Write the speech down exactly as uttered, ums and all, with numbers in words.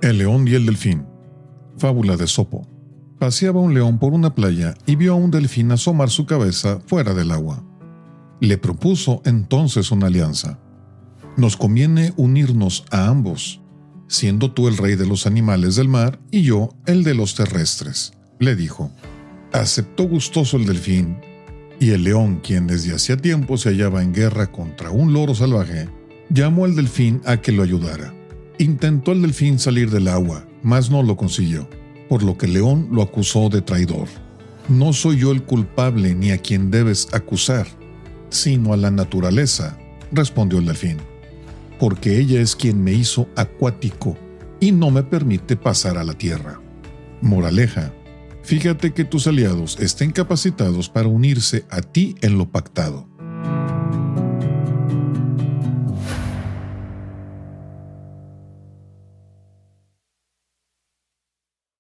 El león y el delfín. Fábula de Esopo. Paseaba un león por una playa y vio a un delfín asomar su cabeza fuera del agua. Le propuso entonces una alianza. Nos conviene unirnos a ambos, siendo tú el rey de los animales del mar y yo el de los terrestres, le dijo. Aceptó gustoso el delfín, y el león, quien desde hacía tiempo se hallaba en guerra contra un loro salvaje, llamó al delfín a que lo ayudara. Intentó el delfín salir del agua, mas no lo consiguió, por lo que el león lo acusó de traidor. No soy yo el culpable ni a quien debes acusar, sino a la naturaleza, respondió el delfín, porque ella es quien me hizo acuático y no me permite pasar a la tierra. Moraleja: fíjate que tus aliados estén capacitados para unirse a ti en lo pactado.